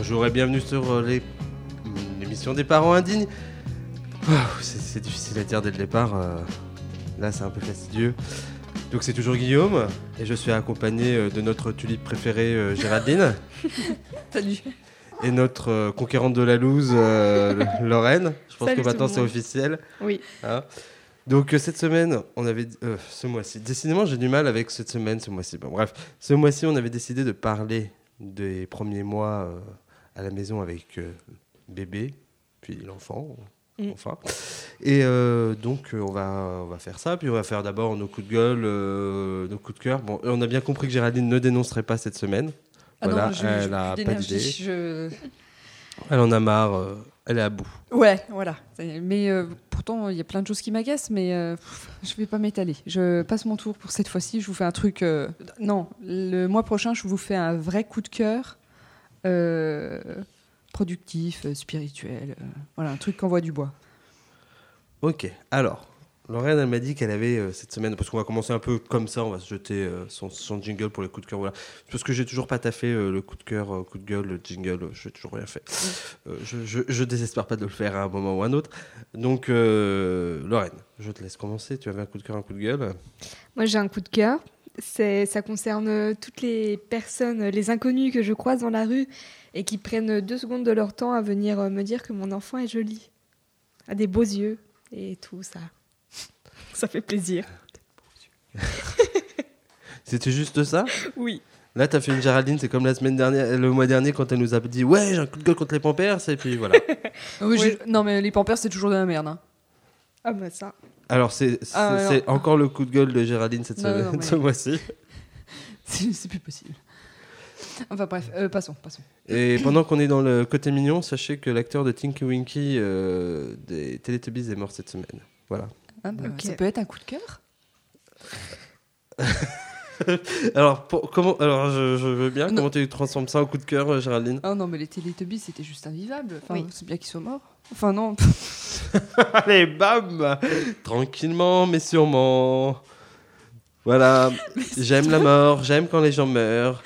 Bonjour et bienvenue sur l'émission des parents indignes. C'est difficile à dire dès le départ, là c'est un peu fastidieux. Donc c'est toujours Guillaume et je suis accompagné de notre tulipe préférée Géraldine. Salut. Et notre conquérante de la loose Lorraine. Je pense Salut que maintenant tout le c'est monde. officiel. Oui. Hein, donc cette semaine, on avait ce mois-ci. Décidément, j'ai du mal avec cette semaine, ce mois-ci. Bon, bref, ce mois-ci, on avait décidé de parler des premiers mois à la maison avec bébé, puis l'enfant. Enfin. Et donc on va faire ça, puis on va faire d'abord nos coups de gueule, nos coups de cœur. Bon, on a bien compris que Géraldine ne dénoncerait pas cette semaine. Voilà, elle a pas d'idée. Elle en a marre, elle est à bout. Ouais, voilà. Mais pourtant, il y a plein de choses qui m'agacent, mais je vais pas m'étaler. Je passe mon tour pour cette fois-ci. Je vous fais un truc... Non, le mois prochain, je vous fais un vrai coup de cœur productif, spirituel. Voilà, un truc qui envoie du bois. Ok, alors, Lorraine, elle m'a dit qu'elle avait cette semaine, parce qu'on va commencer un peu comme ça, on va se jeter son jingle pour les coups de cœur, voilà. Parce que j'ai toujours pas taffé le coup de cœur, coup de gueule, le jingle, j'ai toujours rien fait. Je désespère pas de le faire à un moment ou à un autre. Donc, Lorraine, je te laisse commencer. Tu avais un coup de cœur, un coup de gueule. Moi, j'ai un coup de cœur. Ça concerne toutes les personnes, les inconnus que je croise dans la rue et qui prennent 2 secondes de leur temps à venir me dire que mon enfant est joli, a des beaux yeux et tout ça. Ça fait plaisir. C'était juste ça ? Oui. Là, t'as fait une Géraldine, c'est comme la semaine dernière, le mois dernier, quand elle nous a dit « Ouais, j'ai un coup de gueule contre les Pampers », et puis voilà. Oui. Non, mais les Pampers, c'est toujours de la merde. Hein. Ah bah ça. Alors, c'est encore le coup de gueule de Géraldine ce mois-ci. C'est plus possible. Enfin bref, passons. Et pendant qu'on est dans le côté mignon, sachez que l'acteur de Tinky Winky des Teletubbies est mort cette semaine. Voilà. Ah bah, Ok. Ça peut être un coup de cœur. Alors, je veux bien. Non. Comment tu transformes ça en coup de cœur, Géraldine? Ah non, mais les Teletubbies, c'était juste invivable. Enfin, Oui. c'est bien qu'ils soient morts. Enfin, non. Allez, bam. Tranquillement, mais sûrement. Voilà. J'aime la mort, j'aime quand les gens meurent.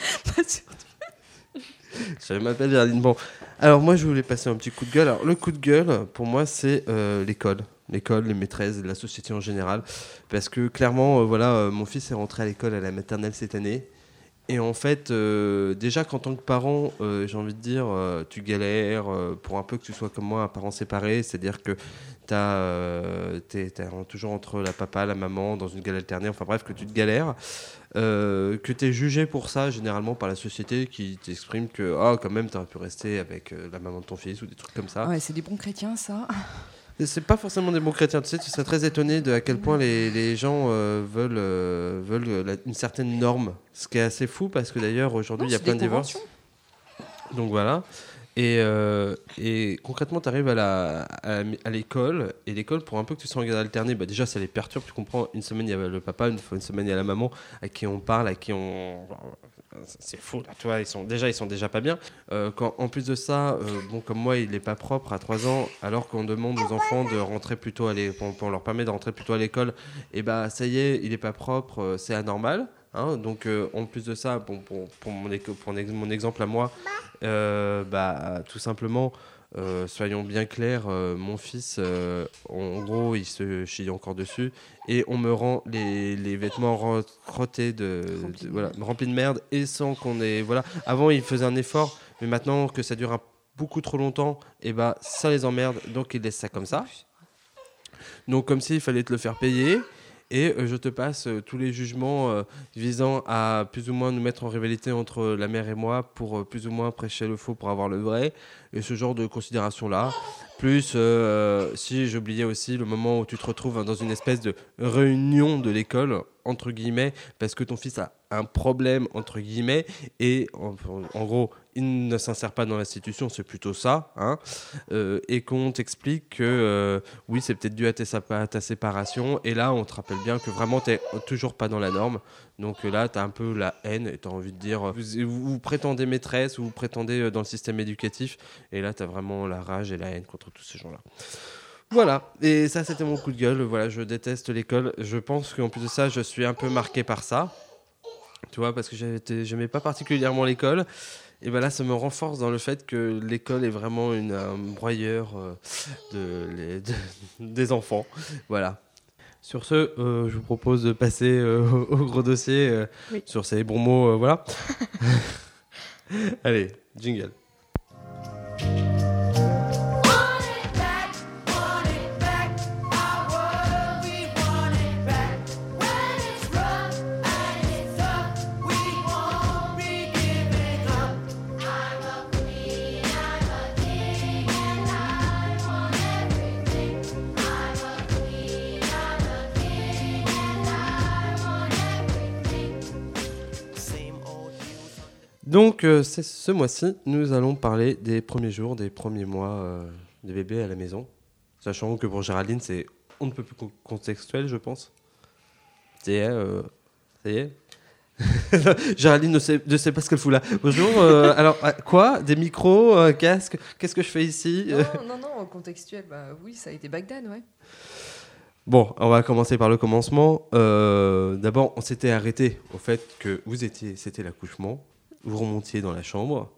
Je m'appelle Géraldine. Bon, alors moi, je voulais passer un petit coup de gueule. Alors, le coup de gueule, pour moi, c'est l'école. L'école, les maîtresses, la société en général. Parce que clairement, mon fils est rentré à l'école à la maternelle cette année. Et en fait, déjà qu'en tant que parent, j'ai envie de dire, tu galères pour un peu que tu sois comme moi, un parent séparé. C'est-à-dire que t'es toujours entre la papa, la maman, dans une galère alternée. Enfin bref, que tu te galères. Que tu es jugé pour ça, généralement, par la société qui t'exprime que, quand même, tu aurais pu rester avec la maman de ton fils ou des trucs comme ça. Ouais, c'est des bons chrétiens, ça. Et c'est pas forcément des bons chrétiens, tu sais, tu serais très étonné de à quel point les gens veulent une certaine norme. Ce qui est assez fou parce que d'ailleurs, aujourd'hui, il y a plein de divorces. Donc voilà. Et concrètement, tu arrives à l'école, et l'école, pour un peu que tu sois en garde alternée, déjà ça les perturbe, tu comprends, une semaine il y a le papa, une semaine il y a la maman, à qui on parle, c'est fou, là, tu vois, ils sont déjà pas bien. Quand, en plus de ça, comme moi, il n'est pas propre à 3 ans, alors qu'on demande aux enfants de rentrer plutôt on leur permet de rentrer plutôt à l'école, et ça y est, il n'est pas propre, c'est anormal. Hein, donc en plus de ça, pour mon exemple à moi, tout simplement, soyons bien clairs, mon fils, en gros, il se chie encore dessus et on me rend les vêtements crottés remplis de merde et sans qu'on ait... Voilà. Avant, il faisait un effort, mais maintenant que ça dure beaucoup trop longtemps, ça les emmerde, donc ils laissent ça comme ça. Donc comme s'il fallait te le faire payer. Et je te passe tous les jugements visant à plus ou moins nous mettre en rivalité entre la mère et moi pour plus ou moins prêcher le faux pour avoir le vrai. Et ce genre de considération-là. Plus, si j'oubliais aussi le moment où tu te retrouves dans une espèce de réunion de l'école, entre guillemets, parce que ton fils a un problème, entre guillemets, et en gros, il ne s'insère pas dans l'institution, c'est plutôt ça, hein, et qu'on t'explique que oui, c'est peut-être dû à ta séparation, et là, on te rappelle bien que vraiment, tu n'es toujours pas dans la norme. Donc là, tu as un peu la haine et tu as envie de dire vous prétendez maîtresse ou vous prétendez dans le système éducatif. Et là, tu as vraiment la rage et la haine contre tous ces gens-là. Voilà, et ça, c'était mon coup de gueule. Voilà, je déteste l'école. Je pense qu'en plus de ça, je suis un peu marqué par ça. Tu vois, parce que j'aimais pas particulièrement l'école. Et ben là, ça me renforce dans le fait que l'école est vraiment un broyeur des enfants. Voilà. Sur ce, je vous propose de passer au gros dossier sur ces bons mots. Voilà. Allez, jingle. Donc, ce mois-ci, nous allons parler des premiers jours, des premiers mois des bébés à la maison. Sachant que pour Géraldine, c'est on ne peut plus contextuel, je pense. Ça y est. Géraldine ne sait pas ce qu'elle fout là. Bonjour, alors, quoi ? Des micros, casque ? Qu'est-ce que je fais ici ? Non, contextuel, oui, ça a été Bagdad, ouais. Bon, on va commencer par le commencement. D'abord, on s'était arrêté au fait que c'était l'accouchement. Vous remontiez dans la chambre.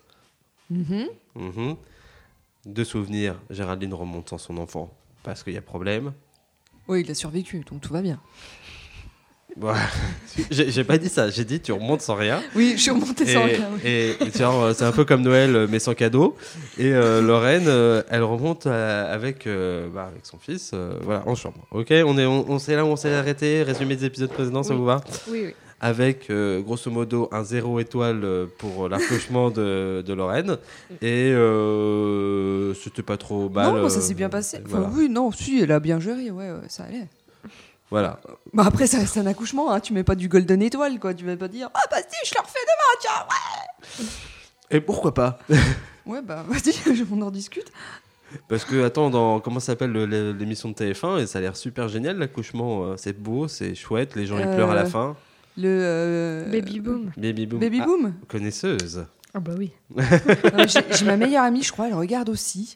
De souvenirs, Géraldine remonte sans son enfant parce qu'il y a problème. Oui, il a survécu, donc tout va bien. Bon, j'ai pas dit ça, j'ai dit tu remontes sans rien. Oui, je suis remontée sans rien. Oui. Et genre, c'est un peu comme Noël, mais sans cadeau. Et Lorraine, elle remonte avec son fils voilà, en chambre. Ok, on sait là où on s'est arrêté. Résumé des épisodes précédents, ça vous va ? Oui. Avec grosso modo un 0 étoile pour l'accouchement de Lorraine. Et c'était pas trop mal. Non, ça s'est bien passé. Voilà. Enfin, oui, non, si, elle a bien géré, ouais, ça allait. Voilà. Après, ça reste un accouchement, hein. Tu mets pas du golden étoile, quoi. Tu vas pas dire ah bah si, je le refais demain, tiens, ouais. Et pourquoi pas ? Ouais, vas-y, on en discute. Parce que, attends, comment ça s'appelle l'émission de TF1 et ça a l'air super génial, l'accouchement. C'est beau, c'est chouette, les gens ils pleurent à la fin. Baby Boom. Baby Boom. Baby Boom. Connaisseuse. Ah bah oui. Non, j'ai ma meilleure amie, je crois, elle regarde aussi.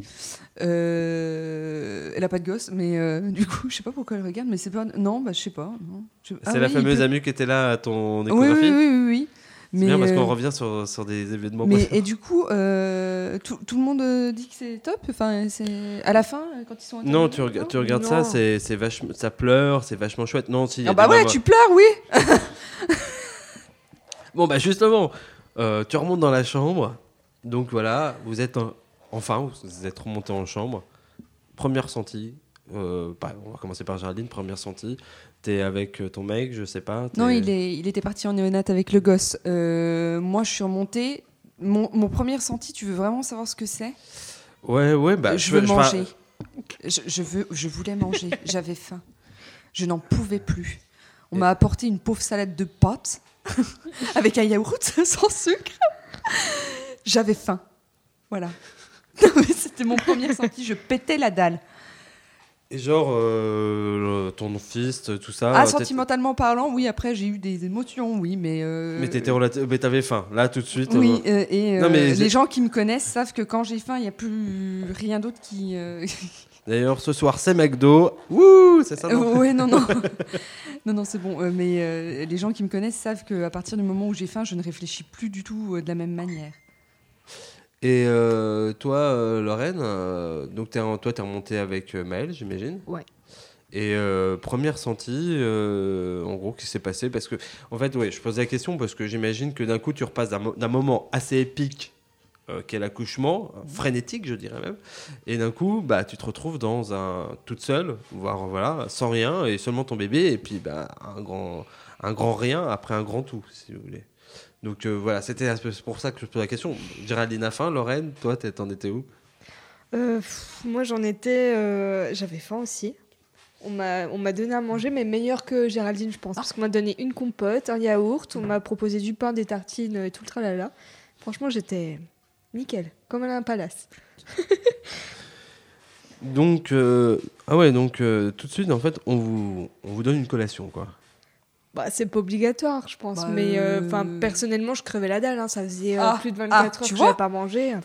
Elle a pas de gosse, mais du coup, je sais pas pourquoi elle regarde, mais c'est pas. Non, je sais pas. Non. C'est la fameuse amie qui était là à ton échographie. Oui. C'est bien parce qu'on revient sur des événements. Et du coup, tout le monde dit que c'est top. Enfin, c'est à la fin quand ils sont. Non, tu regardes ça, c'est vachement, ça pleure, c'est vachement chouette. Non, si. Ah bah ouais, tu pleures, oui. Bon bah justement, tu remontes dans la chambre. Donc voilà, vous êtes vous êtes remonté en chambre. Première sentie. On va commencer par Géraldine. Première sentie. T'es avec ton mec, je sais pas. Non, il était parti en néonate avec le gosse. Moi, je suis remontée. Mon premier ressenti, tu veux vraiment savoir ce que c'est ? Ouais. Je veux manger. Je voulais manger. J'avais faim. Je n'en pouvais plus. On m'a apporté une pauvre salade de pâtes avec un yaourt sans sucre. J'avais faim. Voilà. C'était mon premier ressenti. Je pétais la dalle. Et genre, ton fils, tout ça... Ah, sentimentalement parlant, oui, après j'ai eu des émotions, oui, mais... Mais t'avais faim, là, tout de suite. Oui, les gens qui me connaissent savent que quand j'ai faim, il n'y a plus rien d'autre qui... D'ailleurs, ce soir, c'est McDo. Wouh, c'est ça, non ? Ouais, non. non, c'est bon. Mais les gens qui me connaissent savent qu'à partir du moment où j'ai faim, je ne réfléchis plus du tout de la même manière. Et toi, Lorraine, donc t'es remontée avec Maëlle, j'imagine. Ouais. Et première sentie, en gros, qui s'est passé parce que, en fait, je pose la question parce que j'imagine que d'un coup, tu repasses d'un moment assez épique qu'est l'accouchement, frénétique, je dirais même, et d'un coup, tu te retrouves toute seule, voire voilà, sans rien et seulement ton bébé, et puis un grand rien après un grand tout, si vous voulez. Donc voilà, c'était pour ça que je pose la question. Géraldine a faim, Lorraine, toi, t'en étais où ? Moi, j'avais faim aussi. On m'a donné à manger, mais meilleur que Géraldine, je pense. Parce qu'on m'a donné une compote, un yaourt, on m'a proposé du pain, des tartines et tout le tralala. Franchement, j'étais nickel, comme un palace. Donc, tout de suite, en fait, on vous donne une collation, quoi. C'est pas obligatoire, je pense. Mais personnellement, je crevais la dalle. Hein. Ça faisait plus de 24 heures que je n'avais pas mangé.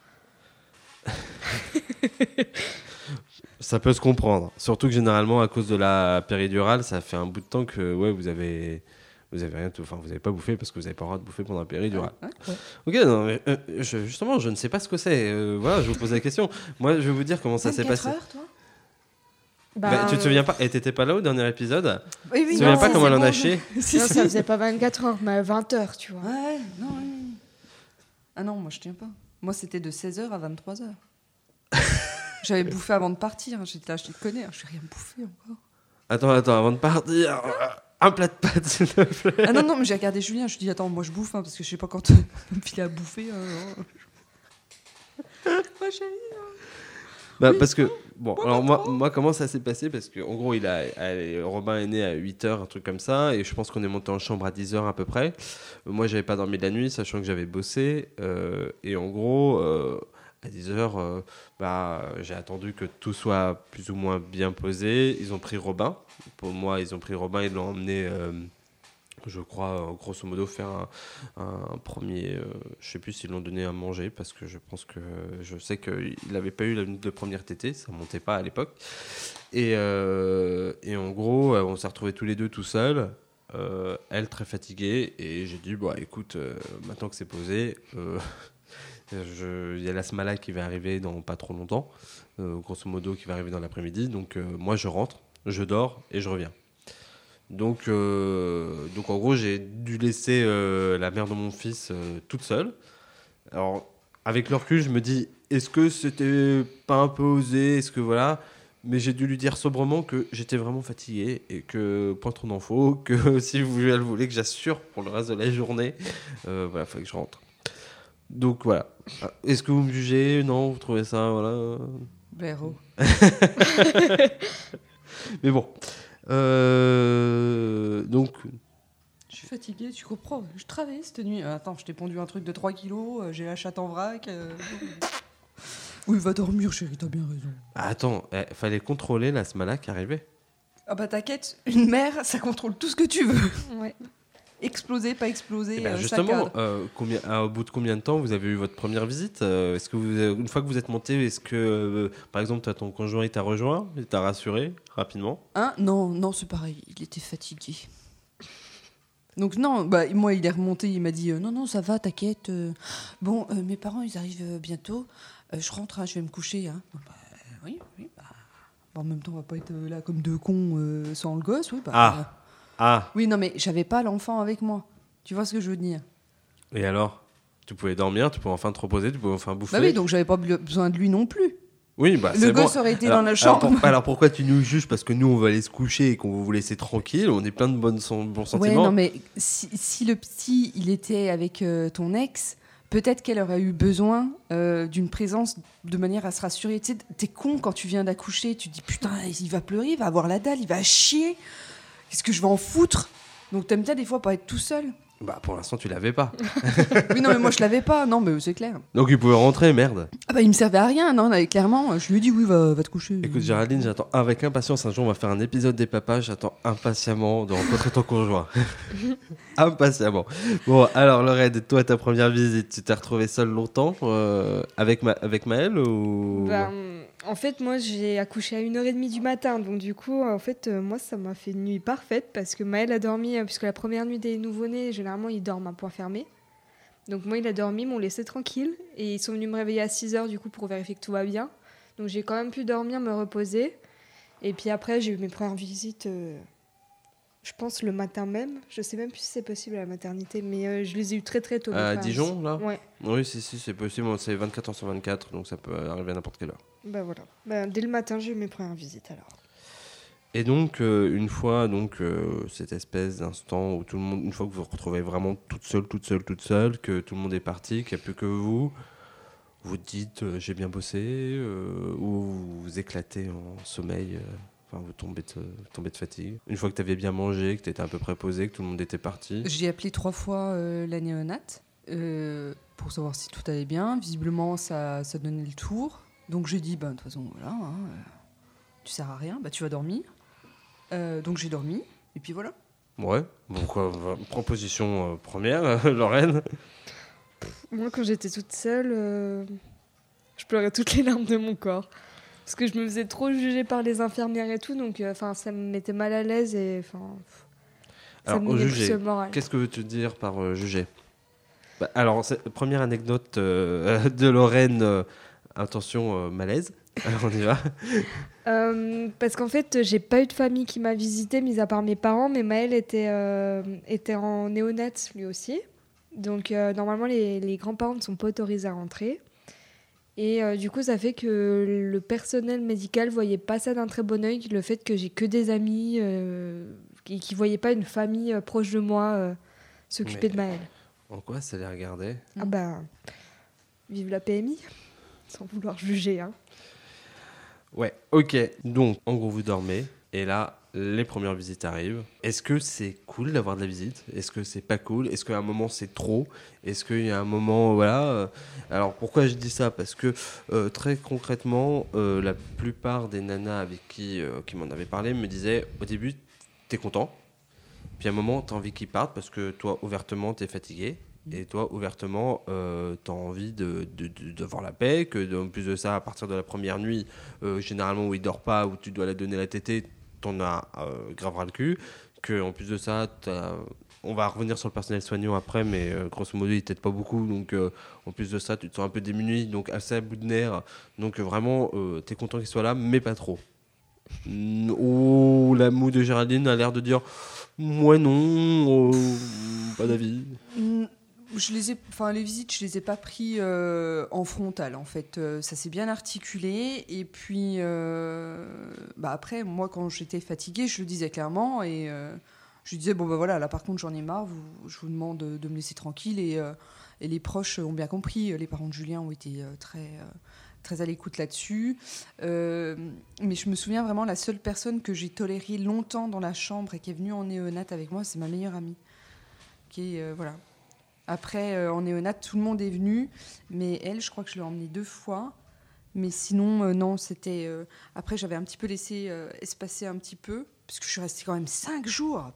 Ça peut se comprendre. Surtout que généralement, à cause de la péridurale, ça fait un bout de temps que vous avez Vous avez rien, vous n'avez pas bouffé parce que vous n'avez pas le droit de bouffer pendant la péridurale. Ouais. Ok, non, mais, justement, je ne sais pas ce que c'est. Voilà, je vous pose la question. Moi, je vais vous dire comment ça s'est passé. 24 heures, toi Tu te souviens pas? Et t'étais pas là au dernier épisode? Oui, Tu te souviens pas comment elle en a chié? Non, ça faisait pas 24 heures, mais 20 heures, tu vois. Ouais, non. Ah non, moi je tiens pas. Moi c'était de 16h à 23h. J'avais bouffé avant de partir. J'étais là, je te connais, je n'ai rien bouffé encore. Attends, avant de partir, un plat de pâtes, s'il te plaît. Ah non, mais j'ai regardé Julien, je lui ai dit, attends, moi je bouffe, parce que je sais pas quand me filer à bouffer. Ma chérie. Oui. Parce que, bon, alors moi, comment ça s'est passé? Parce qu'en gros, Robin est né à 8h, un truc comme ça, et je pense qu'on est monté en chambre à 10h à peu près. Moi, j'avais pas dormi de la nuit, sachant que j'avais bossé, et en gros, à 10h, j'ai attendu que tout soit plus ou moins bien posé. Ils ont pris Robin. Pour moi, ils ont pris Robin, ils l'ont emmené... je crois, grosso modo, faire un premier... je sais plus s'ils l'ont donné à manger, parce que je sais qu'il n'avait pas eu la minute de première tétée, ça montait pas à l'époque. Et en gros, on s'est retrouvés tous les deux tout seuls, elle très fatiguée, et j'ai dit, écoute, maintenant que c'est posé, il y a la Smala qui va arriver dans pas trop longtemps, grosso modo, qui va arriver dans l'après-midi, donc moi je rentre, je dors, et je reviens. Donc en gros, j'ai dû laisser la mère de mon fils toute seule. Alors, avec le recul, je me dis, est-ce que c'était pas un peu osé? Est-ce que voilà? Mais j'ai dû lui dire sobrement que j'étais vraiment fatigué et que, point trop d'infos, que si elle voulait que j'assure pour le reste de la journée, il fallait que je rentre. Donc voilà. Est-ce que vous me jugez? Non, vous trouvez ça, voilà? Béro. Mais bon. Donc, je suis fatiguée, tu comprends. Je travaillais cette nuit. Attends, je t'ai pondu un truc de 3 kilos, j'ai la chatte en vrac. Oui, va dormir, chérie, t'as bien raison. Attends, fallait contrôler la Smala qui arrivait. Ah bah t'inquiète, une mère, ça contrôle tout ce que tu veux. Ouais. Exploser, pas exploser, justement, au bout de combien de temps vous avez eu votre première visite? Est-ce que une fois que vous êtes monté, est-ce que, par exemple, ton conjoint il t'a rejoint, il t'a rassuré rapidement? Non, c'est pareil, il était fatigué. Donc non, moi il est remonté, il m'a dit non, ça va, t'inquiète. Mes parents ils arrivent bientôt, je rentre, je vais me coucher. Hein. Oui. En même temps, on va pas être là comme deux cons sans le gosse. Oui, Oui, non, mais j'avais pas l'enfant avec moi. Tu vois ce que je veux dire? Et alors? Tu pouvais dormir, tu pouvais enfin te reposer, tu pouvais enfin bouffer? Oui, donc j'avais pas besoin de lui non plus. Oui, le gosse aurait été dans la chambre. Alors pourquoi tu nous juges? Parce que nous, on va aller se coucher et qu'on va vous laisser tranquille. On est plein de bons sentiments. Ouais, non, mais si le petit, il était avec ton ex, peut-être qu'elle aurait eu besoin d'une présence de manière à se rassurer. Tu sais, t'es con quand tu viens d'accoucher. Tu te dis, putain, il va pleurer, il va avoir la dalle, il va chier. Qu'est-ce que je vais en foutre? Donc t'aimes bien des fois pas être tout seul? Pour l'instant, tu l'avais pas. Oui, non, mais moi je l'avais pas. Non, mais c'est clair. Donc il pouvait rentrer, merde. Il me servait à rien, non, clairement. Je lui ai dit, oui, va te coucher. Écoute, Géraldine, j'attends avec impatience. Un jour, on va faire un épisode des papas. J'attends impatiemment de rencontrer ton conjoint. Impatiemment. Bon, alors, Lorraine, toi, ta première visite, tu t'es retrouvée seule longtemps avec Maëlle ou... En fait, moi, j'ai accouché à 1h30 du matin. Donc, du coup, moi, ça m'a fait une nuit parfaite parce que Maëlle a dormi, puisque la première nuit des nouveau-nés, généralement, ils dorment à point fermé. Donc, moi, il a dormi, ils m'ont laissé tranquille. Et ils sont venus me réveiller à 6h, du coup, pour vérifier que tout va bien. Donc, j'ai quand même pu dormir, me reposer. Et puis après, j'ai eu mes premières visites, je pense, le matin même. Je sais même plus si c'est possible à la maternité, mais je les ai eues très, très tôt. À Dijon, là? Ouais. Oui, si, c'est possible. C'est 24h sur 24, donc ça peut arriver à n'importe quelle heure. Voilà. Dès le matin, j'ai eu mes premières visites, alors. Et donc, une fois, cette espèce d'instant où tout le monde, une fois que vous vous retrouvez vraiment toute seule, que tout le monde est parti, qu'il n'y a plus que vous, vous dites j'ai bien bossé, ou vous éclatez en sommeil, vous tombez de fatigue. Une fois que tu avais bien mangé, que tu étais à peu près posé, que tout le monde était parti. J'ai appelé 3 fois la néonate pour savoir si tout allait bien. Visiblement, ça donnait le tour. Donc j'ai dit, de toute façon, voilà, tu sers à rien, tu vas dormir. Donc j'ai dormi, et puis voilà. Ouais, proposition première, Lorraine. Moi, quand j'étais toute seule, je pleurais toutes les larmes de mon corps. Parce que je me faisais trop juger par les infirmières et tout, donc ça me mettait mal à l'aise. Alors, juger, qu'est-ce que veux-tu dire par juger ? Alors, première anecdote de Lorraine. Attention, malaise. Alors, on y va. Parce qu'en fait, j'ai pas eu de famille qui m'a visité, mis à part mes parents, mais Maël était en néonat lui aussi. Donc, normalement, les grands-parents ne sont pas autorisés à rentrer. Et du coup, ça fait que le personnel médical voyait pas ça d'un très bon œil, le fait que j'ai que des amis qui voyaient pas une famille proche de moi s'occuper de Maël. En quoi ça les regardait ? Ah bah, vive la PMI, sans vouloir juger. Hein. Ouais, ok. Donc, en gros, vous dormez, et là, les premières visites arrivent. Est-ce que c'est cool d'avoir de la visite ? Est-ce que c'est pas cool ? Est-ce qu'à un moment, c'est trop ? Est-ce qu'il y a un moment, voilà... Alors, pourquoi je dis ça ? Parce que, très concrètement, la plupart des nanas avec qui m'en avaient parlé me disaient, au début, t'es content, puis à un moment, t'as envie qu'ils partent, parce que toi, ouvertement, t'es fatigué. Et toi, ouvertement, t'as envie de voir la paix, en plus de ça, à partir de la première nuit, généralement où il dort pas, où tu dois la donner la tétée, t'en as grave ras le cul, qu'en plus de ça, on va revenir sur le personnel soignant après, mais grosso modo, il t'aide pas beaucoup, donc en plus de ça, tu te sens un peu démuni, donc assez à bout de nerfs, donc vraiment, t'es content qu'il soit là, mais pas trop. Oh, la moue de Géraldine a l'air de dire « Moi non, pas d'avis ». Les visites, je les ai pas pris en frontal en fait. Ça s'est bien articulé et puis après moi quand j'étais fatiguée, je le disais clairement et je lui disais bon bah voilà là par contre j'en ai marre, je vous demande de me laisser tranquille et les proches ont bien compris. Les parents de Julien ont été très à l'écoute là-dessus. Mais je me souviens vraiment la seule personne que j'ai tolérée longtemps dans la chambre et qui est venue en néonat avec moi, c'est ma meilleure amie qui est voilà. Après, en néonat, tout le monde est venu, mais elle, je crois que je l'ai emmenée 2 fois. Mais sinon, non, c'était... Après, j'avais un petit peu laissé espacer un petit peu, parce que je suis restée quand même 5 jours.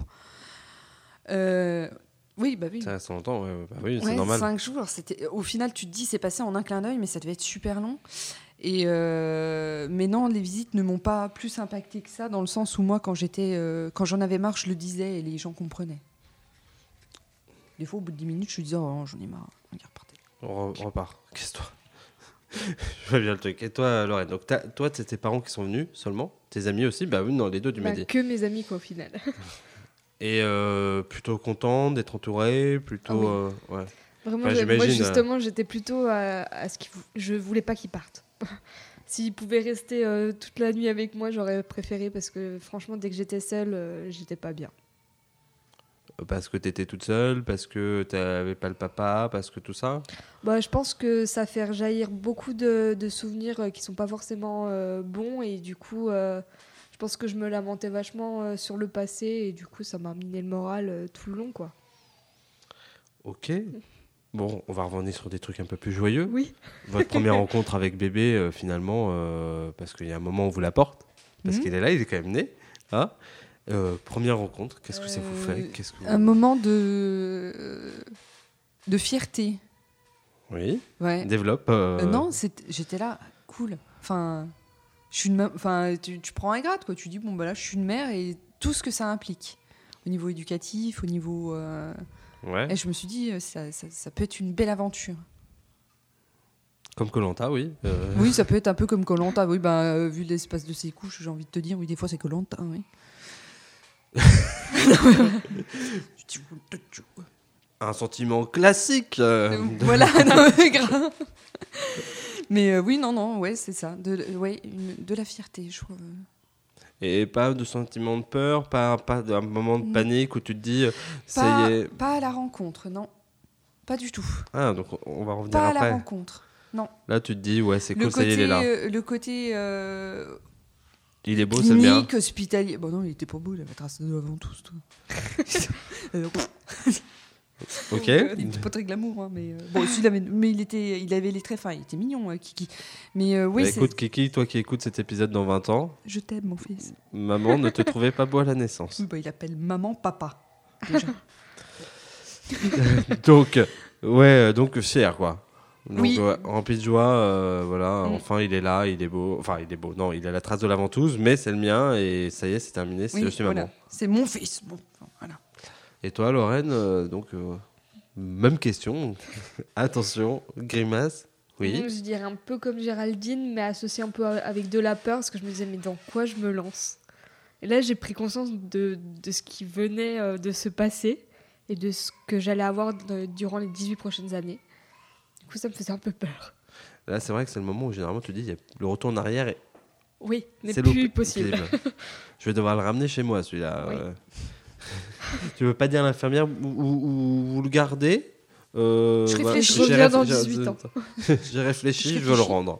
Oui, bah oui. Ça reste longtemps, ouais. Bah oui, c'est normal. 5 jours, c'était... Au final, tu te dis, c'est passé en un clin d'œil, mais ça devait être super long. Et mais non, les visites ne m'ont pas plus impacté que ça, dans le sens où moi, quand j'en avais marre, je le disais et les gens comprenaient. Des fois, au bout de 10 minutes, je me disais, oh, j'en ai marre, repartez. On repart. Qu'est-ce que toi ? Je vois bien le truc. Et toi, Lorraine, donc toi, c'est tes parents qui sont venus seulement ? Tes amis aussi ? Bah oui, non, les deux, tu m'as dit. Que mes amis, quoi, au final. Et plutôt content d'être entouré, plutôt... ouais. Vraiment, moi, justement, j'étais plutôt à ce je voulais pas qu'ils partent. S'ils pouvaient rester toute la nuit avec moi, j'aurais préféré, parce que franchement, dès que j'étais seule, j'étais pas bien. Parce que t'étais toute seule, parce que t'avais pas le papa, parce que tout ça ? Bah, je pense que ça fait rejaillir beaucoup de souvenirs qui sont pas forcément bons, et du coup, je pense que je me lamentais vachement sur le passé, et du coup, ça m'a miné le moral tout le long, quoi. Ok. Bon, on va revenir sur des trucs un peu plus joyeux. Oui. Votre première rencontre avec bébé, finalement, parce qu'il y a un moment où on vous l'apporte, parce qu'il est là, il est quand même né. Hein ? Première rencontre, qu'est-ce que ça vous fait ? Un moment de fierté. Oui. Ouais. Développe. Non, j'étais là, cool. Enfin, tu prends un grade, quoi. Tu dis bon bah là, je suis une mère et tout ce que ça implique au niveau éducatif, au niveau. Ouais. Et je me suis dit ça peut être une belle aventure. Comme Koh-Lanta, oui. Oui, ça peut être un peu comme Koh-Lanta. Oui, vu l'espace de ses couches, j'ai envie de te dire, oui, des fois c'est Koh-Lanta, oui. Un sentiment classique. Voilà, non, grave. Mais oui, non, ouais, c'est ça. De la fierté, je trouve. Et pas de sentiment de peur, pas d'un moment de panique où tu te dis, ça y est. Pas à la rencontre, non. Pas du tout. Ah, donc on va revenir pas après. Pas à la rencontre, non. Là, tu te dis, ouais, c'est cool, ça y est, il est là. Le côté... il est beau, c'est bien. Clinique, hospitalier. Bon, non, il était pas beau, il avait tracé de avant tous. Ok. Il était pas très glamour, hein, mais bon, mais il avait les traits fins, il était mignon, Kiki. Mais oui, écoute, Kiki, toi qui écoutes cet épisode dans 20 ans, je t'aime, mon fils. Maman ne te trouvait pas beau à la naissance. Oui, il appelle maman papa déjà. donc fier, quoi. Donc, oui. Rempli de joie, voilà. Enfin, il est là, il est beau. Enfin, il est beau. Non, il a la trace de la ventouse, mais c'est le mien et ça y est, c'est terminé. Je suis maman. C'est mon fils. Bon, voilà. Et toi, Lorraine, même question. Attention, grimace. Oui. Je dirais un peu comme Géraldine, mais associé un peu avec de la peur, parce que je me disais, mais dans quoi je me lance ? Et là, j'ai pris conscience de ce qui venait de se passer et de ce que j'allais avoir durant les 18 prochaines années. Du coup, ça me faisait un peu peur. Là, c'est vrai que c'est le moment où généralement tu dis, le retour en arrière n'est plus possible. Je vais devoir le ramener chez moi, celui-là. Oui. Tu veux pas dire à l'infirmière où vous le gardez Je réfléchis. Je reviens dans 18 ans. J'ai réfléchi, je veux le rendre.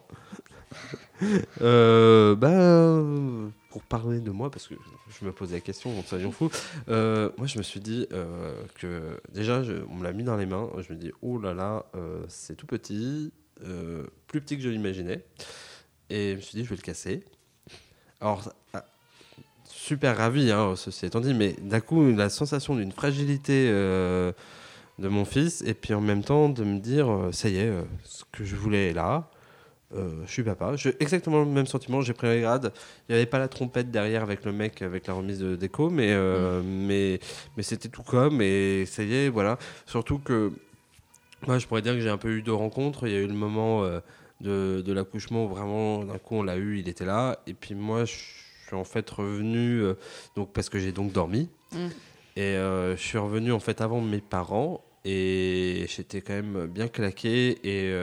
Pour parler de moi, parce que je me posais la question, donc soyons fous. Moi, je me suis dit que déjà, on me l'a mis dans les mains. Je me dis, oh là là, c'est tout petit, plus petit que je l'imaginais. Et je me suis dit, je vais le casser. Alors, super ravi, ceci étant dit, mais d'un coup, la sensation d'une fragilité de mon fils, et puis en même temps de me dire, ça y est, ce que je voulais est là. Je suis papa. J'ai exactement le même sentiment. J'ai pris les grades. Il n'y avait pas la trompette derrière avec le mec, avec la remise de déco, mais c'était tout comme. Et ça y est, voilà. Surtout que moi, je pourrais dire que j'ai un peu eu deux rencontres. Il y a eu le moment de l'accouchement où vraiment, d'un coup, on l'a eu, il était là. Et puis moi, je suis en fait revenu, donc, parce que j'ai donc dormi. Et je suis revenu en fait avant mes parents. Et j'étais quand même bien claqué.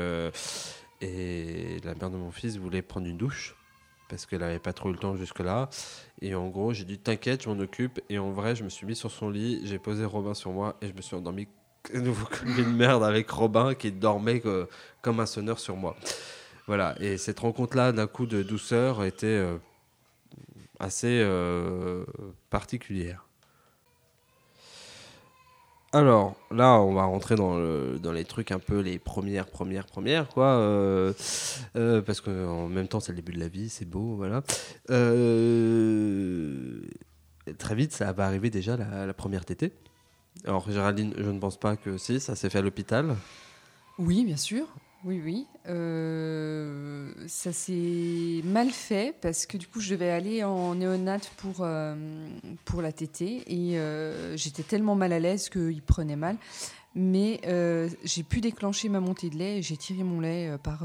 Et la mère de mon fils voulait prendre une douche parce qu'elle n'avait pas trop eu le temps jusque-là. Et en gros, j'ai dit t'inquiète, je m'en occupe. Et en vrai, je me suis mis sur son lit, j'ai posé Robin sur moi et je me suis endormi à nouveau comme une merde avec Robin qui dormait comme un sonneur sur moi. Voilà. Et cette rencontre-là, d'un coup de douceur, était assez particulière. Alors, là, on va rentrer dans les trucs un peu les premières, quoi. Parce qu'en même temps, c'est le début de la vie, c'est beau, voilà. Très vite, ça va arriver déjà la première tétée. Alors, Géraldine, je ne pense pas que si, ça s'est fait à l'hôpital. Oui, bien sûr. Oui. Ça s'est mal fait parce que du coup, je devais aller en néonate pour la tétée et j'étais tellement mal à l'aise qu'il prenait mal. Mais j'ai pu déclencher ma montée de lait et j'ai tiré mon lait par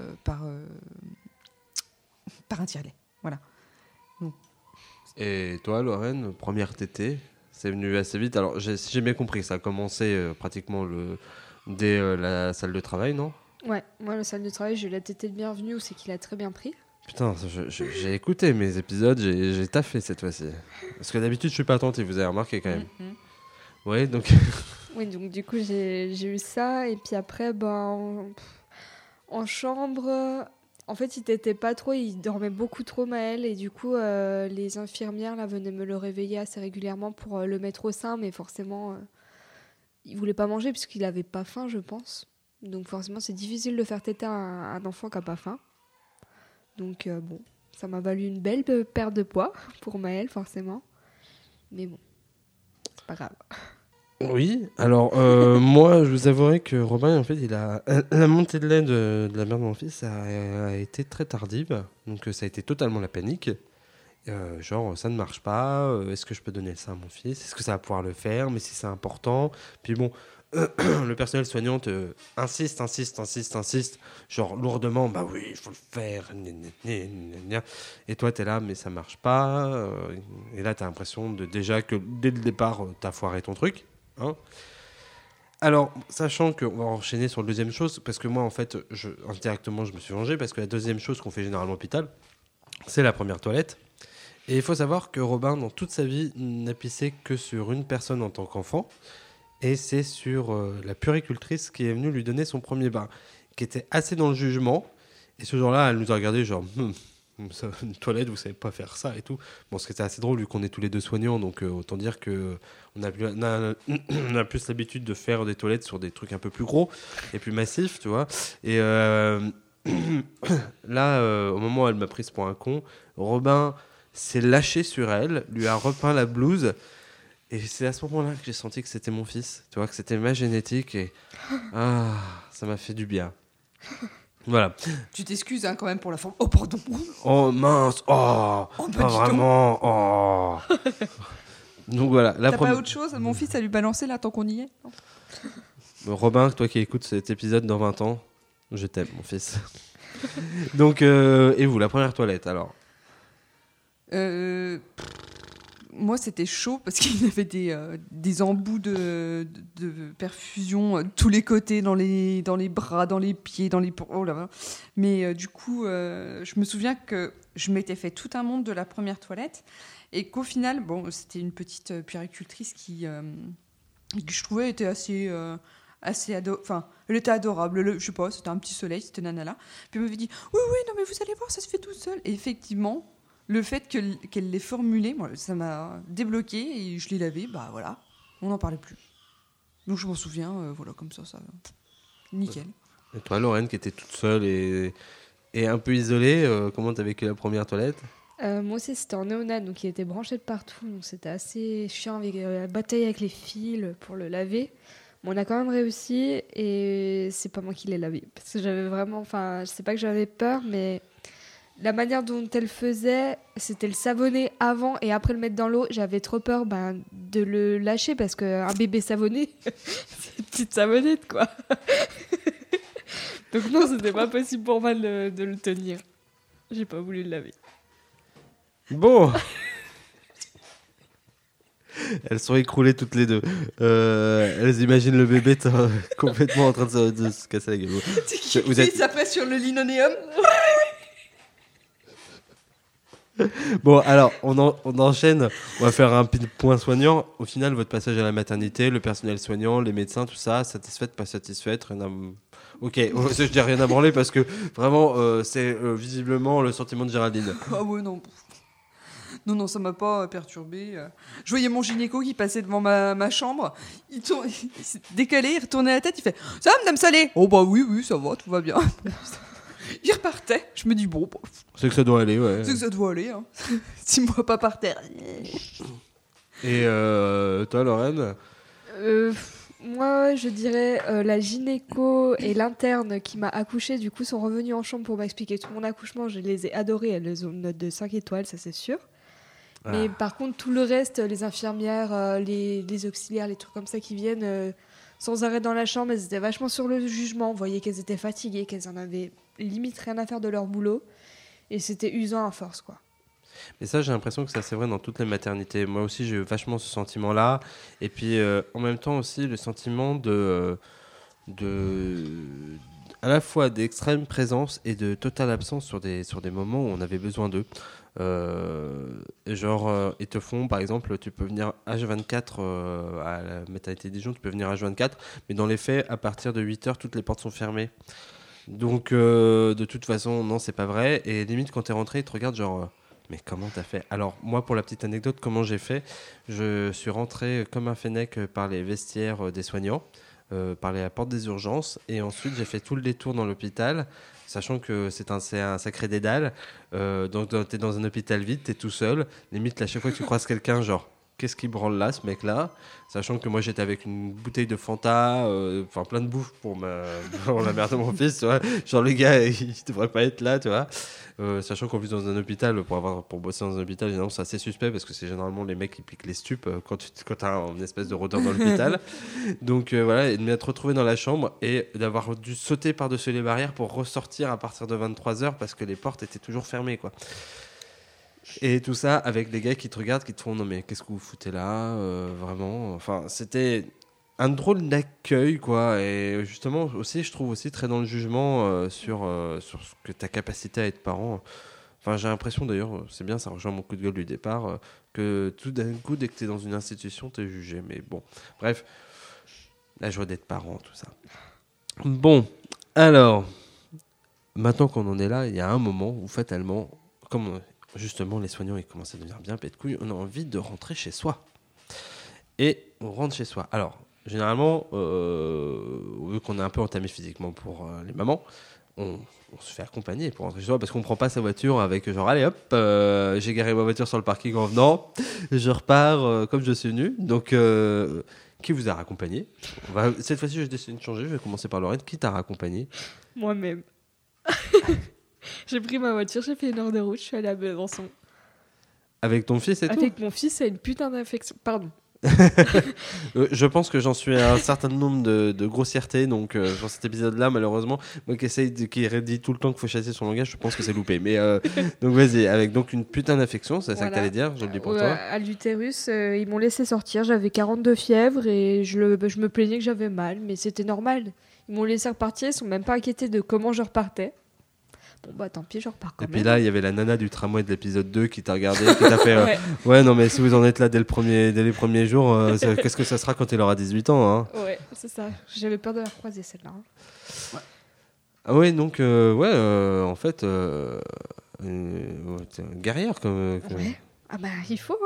un tire-lait. Voilà. Donc. Et toi, Lorraine, première tétée, c'est venu assez vite. Alors, si j'ai bien compris, ça a commencé pratiquement dès la salle de travail, non ? Ouais, moi, la salle de travail, j'ai eu la tétée de bienvenue où c'est qu'il a très bien pris. Putain, j'ai écouté mes épisodes, j'ai taffé cette fois-ci. Parce que d'habitude, je suis pas attentif, vous avez remarqué quand même. Ouais, donc... Oui, donc du coup, j'ai eu ça. Et puis après, en chambre, en fait, il t'était pas trop, il dormait beaucoup trop, Maël. Et du coup, les infirmières là, venaient me le réveiller assez régulièrement pour le mettre au sein. Mais forcément, il voulait pas manger puisqu'il avait pas faim, je pense. Donc forcément, c'est difficile de faire téter un enfant qui n'a pas faim. Donc ça m'a valu une belle perte de poids pour Maël, forcément. Mais bon, c'est pas grave. Oui, alors moi, je vous avouerai que Robin, en fait, la montée de lait de la mère de mon fils a été très tardive. Donc ça a été totalement la panique. Genre, ça ne marche pas. Est-ce que je peux donner ça à mon fils ? Est-ce que ça va pouvoir le faire ? Mais si c'est important. Puis bon... le personnel soignant insiste, genre lourdement, bah oui, il faut le faire, et toi t'es là, mais ça marche pas, et là t'as l'impression déjà que dès le départ, t'as foiré ton truc, hein. Alors, sachant qu'on va enchaîner sur la deuxième chose, parce que moi, en fait, indirectement, je me suis vengé, parce que la deuxième chose qu'on fait généralement à l'hôpital, c'est la première toilette. Et il faut savoir que Robin, dans toute sa vie, n'a pissé que sur une personne en tant qu'enfant. Et c'est sur la puéricultrice qui est venue lui donner son premier bain, qui était assez dans le jugement. Et ce jour-là, elle nous a regardé genre, une toilette, vous savez pas faire ça et tout. Bon, ce qui était assez drôle, vu qu'on est tous les deux soignants, donc autant dire qu'on a plus l'habitude de faire des toilettes sur des trucs un peu plus gros et plus massifs, tu vois. Et là, au moment où elle m'a prise pour un con, Robin s'est lâché sur elle, lui a repeint la blouse. Et c'est à ce moment-là que j'ai senti que c'était mon fils, tu vois, que c'était ma génétique, et ça m'a fait du bien. Voilà. Tu t'excuses quand même pour la forme. Oh, pardon. Oh mince, pas vraiment, Donc voilà. T'as pas autre chose, mon fils, à lui balancer là tant qu'on y est? Non. Robin, toi qui écoutes cet épisode dans 20 ans, je t'aime, mon fils. Donc, et vous, la première toilette alors? Moi, c'était chaud parce qu'il y avait des embouts de perfusion de tous les côtés, dans les bras, dans les pieds, oh là là. Mais du coup, je me souviens que je m'étais fait tout un monde de la première toilette et qu'au final, bon, c'était une petite puéricultrice qui je trouvais était assez enfin, elle était adorable. Je sais pas, c'était un petit soleil, c'était nanana. Puis elle m'avait dit oui, non, mais vous allez voir, ça se fait tout seul. Et effectivement, le fait qu'elle l'ait formulé, moi, ça m'a débloqué et je l'ai lavé, bah voilà, on n'en parlait plus. Donc je m'en souviens, voilà, comme ça, nickel. Et toi, Lorraine, qui était toute seule et un peu isolée, comment t'as vécu la première toilette? Moi aussi, c'était en néonat, donc il était branché de partout, donc c'était assez chiant avec la bataille avec les fils pour le laver. Mais on a quand même réussi et c'est pas moi qui l'ai lavé parce que j'avais vraiment, enfin, je sais pas que j'avais peur, mais la manière dont elle faisait, c'était le savonner avant et après le mettre dans l'eau. J'avais trop peur de le lâcher parce qu'un bébé savonné, c'est une petite savonnette, quoi. Donc non, c'était pas possible pour moi de le tenir. J'ai pas voulu le laver. Bon. Elles sont écroulées toutes les deux. Elles imaginent le bébé complètement en train de se casser la gueule. Vous êtes... Ça passe sur le linoléum. Bon, alors, on enchaîne. On va faire un point soignant. Au final, votre passage à la maternité, le personnel soignant, les médecins, tout ça, satisfaite, pas satisfaite, rien à... Ok, je dis rien à branler parce que vraiment, c'est visiblement le sentiment de Géraldine. Ah ouais, non. Non, ça m'a pas perturbé. Je voyais mon gynéco qui passait devant ma chambre. Il s'est décalé, il retournait la tête, il fait « Ça va, madame Salé ?» Oh bah oui, ça va, tout va bien. Il repartait. Je me dis bon. C'est que ça doit aller, ouais. C'est que ça doit aller, hein. 6 mois pas par terre. Et toi, Lorraine? Moi, je dirais la gynéco et l'interne qui m'a accouchée, du coup, sont revenus en chambre pour m'expliquer tout mon accouchement. Je les ai adorés. Elles ont une note de 5 étoiles, ça c'est sûr. Ah. Mais par contre, tout le reste, les infirmières, les auxiliaires, les trucs comme ça qui viennent sans arrêt dans la chambre, elles étaient vachement sur le jugement. On voyait qu'elles étaient fatiguées, qu'elles en avaient limite rien à faire de leur boulot. Et c'était usant à force, quoi. Mais ça, j'ai l'impression que ça, c'est vrai dans toutes les maternités. Moi aussi, j'ai eu vachement ce sentiment-là. Et puis, en même temps aussi, le sentiment de à la fois d'extrême présence et de totale absence sur des moments où on avait besoin d'eux. Ils te font, par exemple, tu peux venir H24 à la maternité Dijon, tu peux venir H24, mais dans les faits, à partir de 8h, toutes les portes sont fermées. Donc, de toute façon, non, c'est pas vrai. Et limite, quand t'es rentré, ils te regardent genre... mais comment t'as fait? Alors, moi, pour la petite anecdote, comment j'ai fait? Je suis rentré comme un fennec par les vestiaires des soignants, par la porte des urgences, et ensuite, j'ai fait tout le détour dans l'hôpital, sachant que c'est un sacré dédale. Donc, t'es dans un hôpital vide, t'es tout seul. Limite, à chaque fois que tu croises quelqu'un, genre... qu'est-ce qui branle là, ce mec-là? Sachant que moi, j'étais avec une bouteille de Fanta, enfin plein de bouffe pour la mère de mon fils, tu vois. Genre, le gars, il devrait pas être là, tu vois. Sachant qu'en plus, dans un hôpital, pour bosser dans un hôpital, évidemment, c'est assez suspect parce que c'est généralement les mecs qui piquent les stupes quand t'as une espèce de rôdeur dans l'hôpital. Donc, voilà, et de m'être retrouvé dans la chambre et d'avoir dû sauter par-dessus les barrières pour ressortir à partir de 23h parce que les portes étaient toujours fermées, quoi. Et tout ça avec des gars qui te regardent, qui te font non mais qu'est-ce que vous foutez là, vraiment. Enfin, c'était un drôle d'accueil, quoi. Et justement aussi, je trouve aussi très dans le jugement sur ce que ta capacité à être parent. Enfin, j'ai l'impression d'ailleurs, c'est bien, ça rejoint mon coup de gueule du départ, que tout d'un coup, dès que t'es dans une institution, t'es jugé. Mais bon, bref, la joie d'être parent, tout ça. Bon, alors, maintenant qu'on en est là, il y a un moment où fatalement, comme justement les soignants ils commencent à devenir bien pète couilles, on a envie de rentrer chez soi. Et on rentre chez soi. Alors, généralement, vu qu'on est un peu entamé physiquement pour les mamans, on se fait accompagner pour rentrer chez soi parce qu'on ne prend pas sa voiture avec genre allez hop, j'ai garé ma voiture sur le parking en venant, je repars comme je suis venu. Donc, qui vous a raccompagné? Cette fois-ci, j'ai décidé de changer. Je vais commencer par Lorraine. Qui t'a raccompagné? Moi-même. J'ai pris ma voiture, j'ai fait 1 heure de route, je suis allée à Besançon. Avec ton fils et tout? Avec mon fils, c'est une putain d'infection. Pardon. Je pense que j'en suis à un certain nombre de grossièretés, donc dans cet épisode-là, malheureusement, moi qui redit tout le temps qu'il faut chasser son langage, je pense que c'est loupé. Mais donc vas-y, avec donc une putain d'infection, c'est ça que t'allais dire, je le dis pour toi. À l'utérus, ils m'ont laissé sortir, j'avais 42 fièvres et je me plaignais que j'avais mal, mais c'était normal. Ils m'ont laissé repartir, ils sont même pas inquiétés de comment je repartais. Bon bah tant pis, je repars quand même. Et puis là, il y avait la nana du tramway de l'épisode 2 qui t'a regardé, qui t'a fait ouais, non mais si vous en êtes là dès les premiers jours, qu'est-ce que ça sera quand il aura 18 ans hein? Ouais, c'est ça. J'avais peur de la recroiser celle-là. Ouais. Ah ouais, donc en fait, t'es une guerrière comme. Ouais. Ah bah il faut.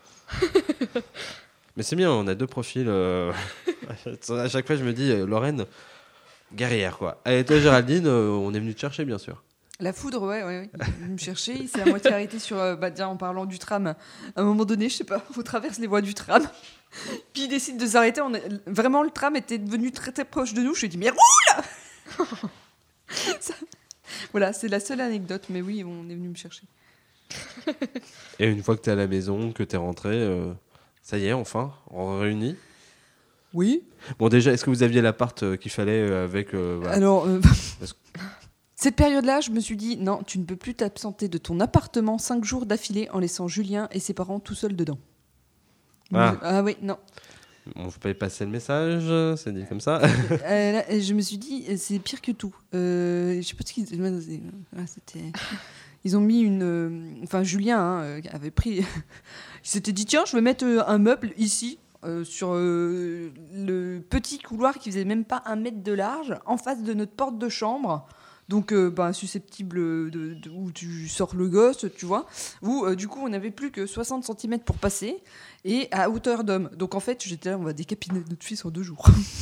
Mais c'est bien, on a deux profils. À chaque fois, je me dis, Lorraine, guerrière quoi. Et toi, Géraldine, on est venu te chercher, bien sûr. La foudre, ouais. Il est venu me chercher. Il s'est à moitié arrêté sur. Déjà, en parlant du tram, à un moment donné, je sais pas, on traverse les voies du tram. Puis il décide de s'arrêter. Vraiment, le tram était devenu très très proche de nous. Je lui ai dit, mais roule Ça... Voilà, c'est la seule anecdote. Mais oui, on est venu me chercher. Et une fois que t'es à la maison, que t'es rentré, ça y est, enfin, on réunit. Oui. Bon, déjà, est-ce que vous aviez l'appart qu'il fallait avec. Alors. Cette période-là, je me suis dit, non, tu ne peux plus t'absenter de ton appartement 5 jours d'affilée en laissant Julien et ses parents tout seuls dedans. Ah oui, non. On ne peut pas y passer le message, c'est dit comme ça. Là, je me suis dit, c'est pire que tout. Je sais pas ce qu'ils... c'était... Ils ont mis une... Enfin, Julien avait pris... Il s'était dit, tiens, je vais mettre un meuble ici, sur le petit couloir qui faisait même pas 1 mètre de large, en face de notre porte de chambre. Donc, susceptible où tu sors le gosse, tu vois. Où, du coup, on n'avait plus que 60 cm pour passer et à hauteur d'homme. Donc, en fait, j'étais là, on va décapiter notre fils en 2 jours.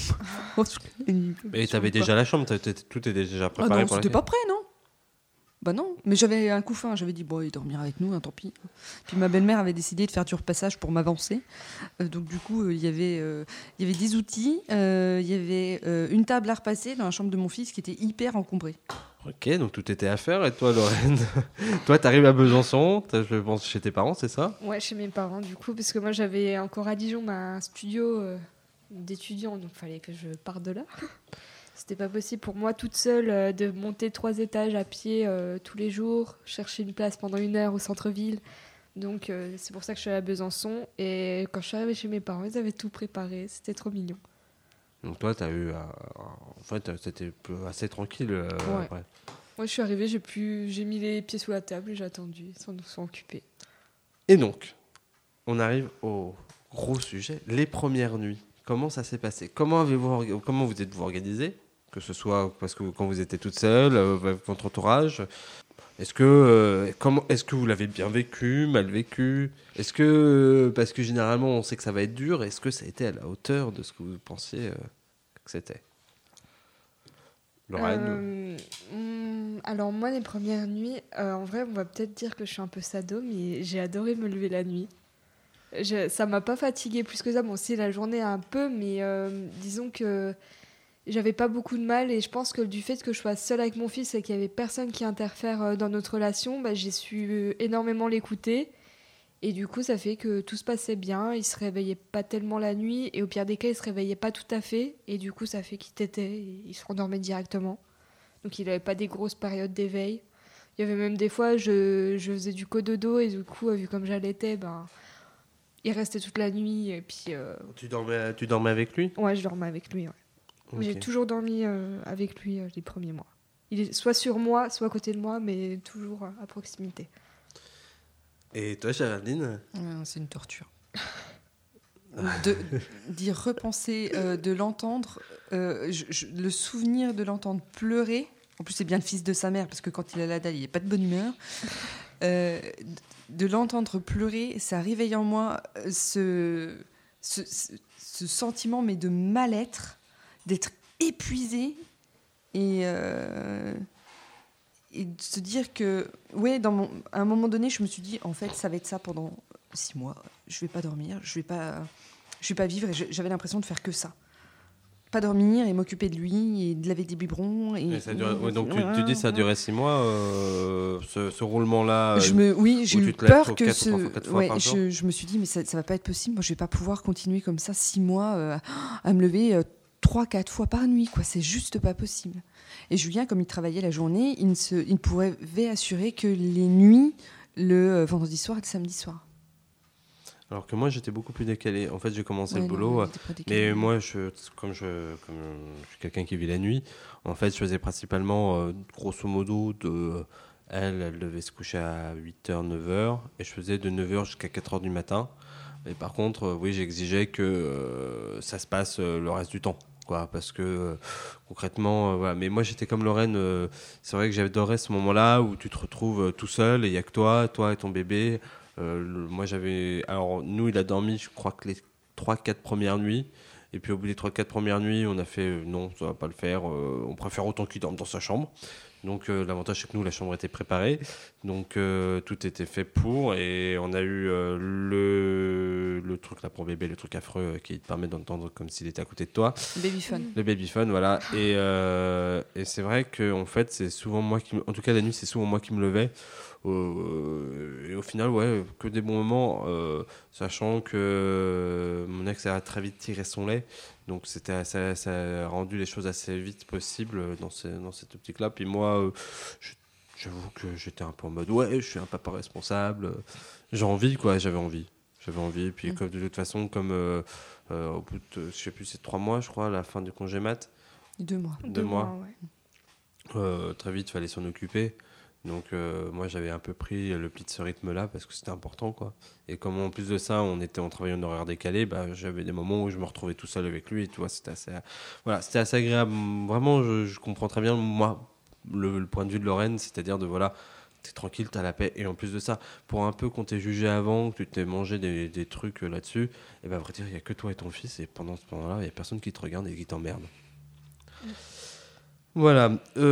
Mais t'avais déjà la chambre, tout était déjà préparé non, pour c'était pas prêt, non? Bah non, mais j'avais un couffin, j'avais dit, bon, il dormira avec nous, tant pis. Puis ma belle-mère avait décidé de faire du repassage pour m'avancer. Donc du coup, il y avait des outils, il y avait une table à repasser dans la chambre de mon fils qui était hyper encombrée. Ok, donc tout était à faire. Et toi, Lorraine, toi, t'arrives à Besançon, je pense chez tes parents, c'est ça? Ouais, chez mes parents, du coup, parce que moi, j'avais encore à Dijon un studio d'étudiants, donc il fallait que je parte de là. C'était pas possible pour moi toute seule de monter 3 étages à pied tous les jours, chercher une place pendant 1 heure au centre-ville. Donc c'est pour ça que je suis allée à Besançon. Et quand je suis arrivée chez mes parents, ils avaient tout préparé. C'était trop mignon. Donc toi, t'as eu... en fait, c'était assez tranquille. Ouais. Après. Moi, je suis arrivée, j'ai mis les pieds sous la table et j'ai attendu. Ils s'en sont occupés. Et donc, on arrive au gros sujet, les premières nuits. Comment ça s'est passé? Comment vous êtes-vous organisé? Que ce soit parce que quand vous étiez toute seule, avec votre entourage, est-ce que vous l'avez bien vécu, mal vécu? Est-ce que, parce que généralement on sait que ça va être dur, est-ce que ça a été à la hauteur de ce que vous pensiez que c'était? Lorraine? Alors moi, les premières nuits, en vrai, on va peut-être dire que je suis un peu sado, mais j'ai adoré me lever la nuit. Ça m'a pas fatiguée plus que ça. Bon, si la journée un peu, mais disons que j'avais pas beaucoup de mal, et je pense que du fait que je sois seule avec mon fils et qu'il y avait personne qui interfère dans notre relation, j'ai su énormément l'écouter, et du coup ça fait que tout se passait bien. Il se réveillait pas tellement la nuit, et au pire des cas il se réveillait pas tout à fait, et du coup ça fait qu'il tétait et il se rendormait directement, donc il avait pas des grosses périodes d'éveil. Il y avait même des fois je faisais du cododo, et du coup vu comme j'allaitais, il restait toute la nuit, et puis Tu dormais avec lui? Ouais, je dormais avec lui, ouais. Okay. J'ai toujours dormi avec lui les premiers mois. Il est soit sur moi, soit à côté de moi, mais toujours à proximité. Et toi, Géraldine? C'est une torture. D'y repenser, de l'entendre, le souvenir de l'entendre pleurer. En plus, c'est bien le fils de sa mère, parce que quand il a la dalle, il n'est pas de bonne humeur. De l'entendre pleurer, ça réveille en moi ce sentiment, mais de mal-être, d'être épuisé et de se dire que, ouais, à un moment donné, je me suis dit, en fait, ça va être ça pendant 6 mois. Je vais pas dormir, je vais pas vivre, et j'avais l'impression de faire que ça. pas dormir et m'occuper de lui et de laver des biberons. Et ça donc tu dis ça a duré 6 mois, ce roulement-là. Oui, j'ai eu peur que je me suis dit, mais ça va pas être possible. Moi, je vais pas pouvoir continuer comme ça 6 mois à me lever 3-4 fois par nuit. Quoi. C'est juste pas possible. Et Julien, comme il travaillait la journée, il ne pouvait assurer que les nuits, le vendredi soir et le samedi soir. Alors que moi, j'étais beaucoup plus décalé. En fait, j'ai commencé le boulot, mais moi, comme je suis quelqu'un qui vit la nuit, en fait, je faisais principalement, grosso modo, elle devait se coucher à 8h, 9h, et je faisais de 9h jusqu'à 4h du matin. Et par contre, oui, j'exigeais que ça se passe le reste du temps. Quoi, parce que concrètement, voilà. Mais moi j'étais comme Lorraine, c'est vrai que j'adorais ce moment-là où tu te retrouves tout seul et il n'y a que toi et ton bébé. Moi alors nous il a dormi je crois que les 3-4 premières nuits, et puis au bout des 3-4 premières nuits on a fait non, ça va pas le faire, on préfère autant qu'il dorme dans sa chambre. Donc l'avantage c'est que nous la chambre était préparée, donc tout était fait pour, et on a eu le truc là pour bébé, le truc affreux qui te permet d'entendre comme s'il était à côté de toi. Le babyphone, voilà. Et c'est vrai que en fait c'est souvent moi en tout cas la nuit c'est souvent moi qui me levais. Et au final, ouais, que des bons moments, sachant que mon ex a très vite tiré son lait, donc ça a rendu les choses assez vite possibles dans cette optique-là. Puis moi, j'avoue que j'étais un peu en mode, ouais, je suis un papa responsable, j'ai envie, quoi, j'avais envie. Et puis comme de toute façon, comme au bout de, je sais plus, c'est 3 mois, je crois, à la fin du congé mat. 2 mois. 2 mois, ouais. Très vite, il fallait s'en occuper. Donc moi j'avais un peu pris le pli de ce rythme-là parce que c'était important, quoi. Et comme en plus de ça on travaillait en horaire décalé, j'avais des moments où je me retrouvais tout seul avec lui, et tu vois, c'était assez agréable. Vraiment, je comprends très bien moi le point de vue de Lorraine, c'est-à-dire de voilà, t'es tranquille, t'as la paix, et en plus de ça, pour un peu qu'on t'ait jugé avant, que tu t'es mangé des trucs là-dessus, et à vrai dire il y a que toi et ton fils, et pendant ce moment-là il y a personne qui te regarde et qui t'emmerde. Voilà.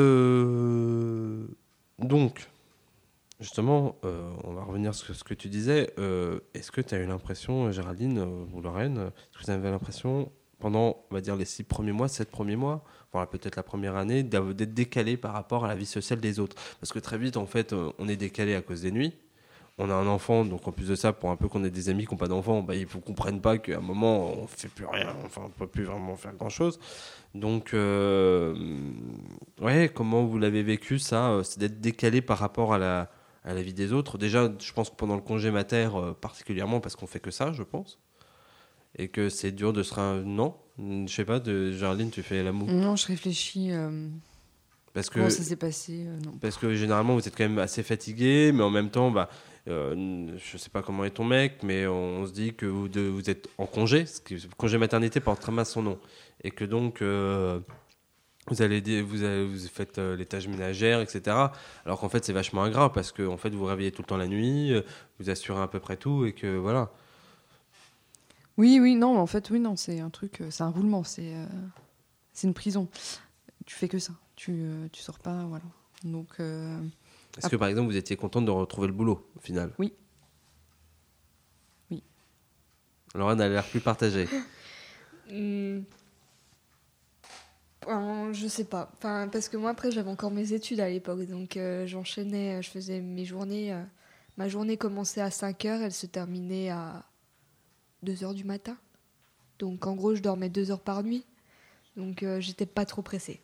Donc, justement, on va revenir sur ce que tu disais. Est-ce que tu as eu l'impression, Géraldine ou Lorraine, est-ce que vous avez l'impression, pendant, on va dire, les 7 premiers mois, voilà, peut-être la première année, d'être décalé par rapport à la vie sociale des autres? Parce que très vite, en fait, on est décalé à cause des nuits. On a un enfant, donc en plus de ça, pour un peu qu'on ait des amis qui n'ont pas d'enfants, il faut qu'on comprenne pas qu'à un moment, on ne fait plus rien, enfin, on ne peut plus vraiment faire grand-chose. Donc, ouais, comment vous l'avez vécu, ça, c'est d'être décalé par rapport à la vie des autres? Déjà, je pense que pendant le congé mater, particulièrement, parce qu'on fait que ça, je pense. Et que c'est dur de se... Non, je sais pas, Géraldine, tu fais la moue? Non, je réfléchis... Parce que, comment ça s'est passé, non. Parce que généralement, vous êtes quand même assez fatigué, mais en même temps, je sais pas comment est ton mec, mais on se dit que vous êtes en congé, le congé maternité porte très mal son nom, et que donc vous faites les tâches ménagères, etc. Alors qu'en fait, c'est vachement ingrat, parce que en fait, vous vous réveillez tout le temps la nuit, vous assurez à peu près tout, et que voilà. Oui, non, en fait, oui, non, c'est un truc, c'est un roulement, c'est une prison. Tu fais que ça, tu sors pas, voilà. Donc. Est-ce que par exemple, vous étiez contente de retrouver le boulot au final? Oui. Lorraine a l'air plus partagée. Je sais pas. Enfin, parce que moi, après, j'avais encore mes études à l'époque. Donc, j'enchaînais, je faisais mes journées. Ma journée commençait à 5h, elle se terminait à 2h du matin. Donc, en gros, je dormais 2 heures par nuit. Donc, j'étais pas trop pressée.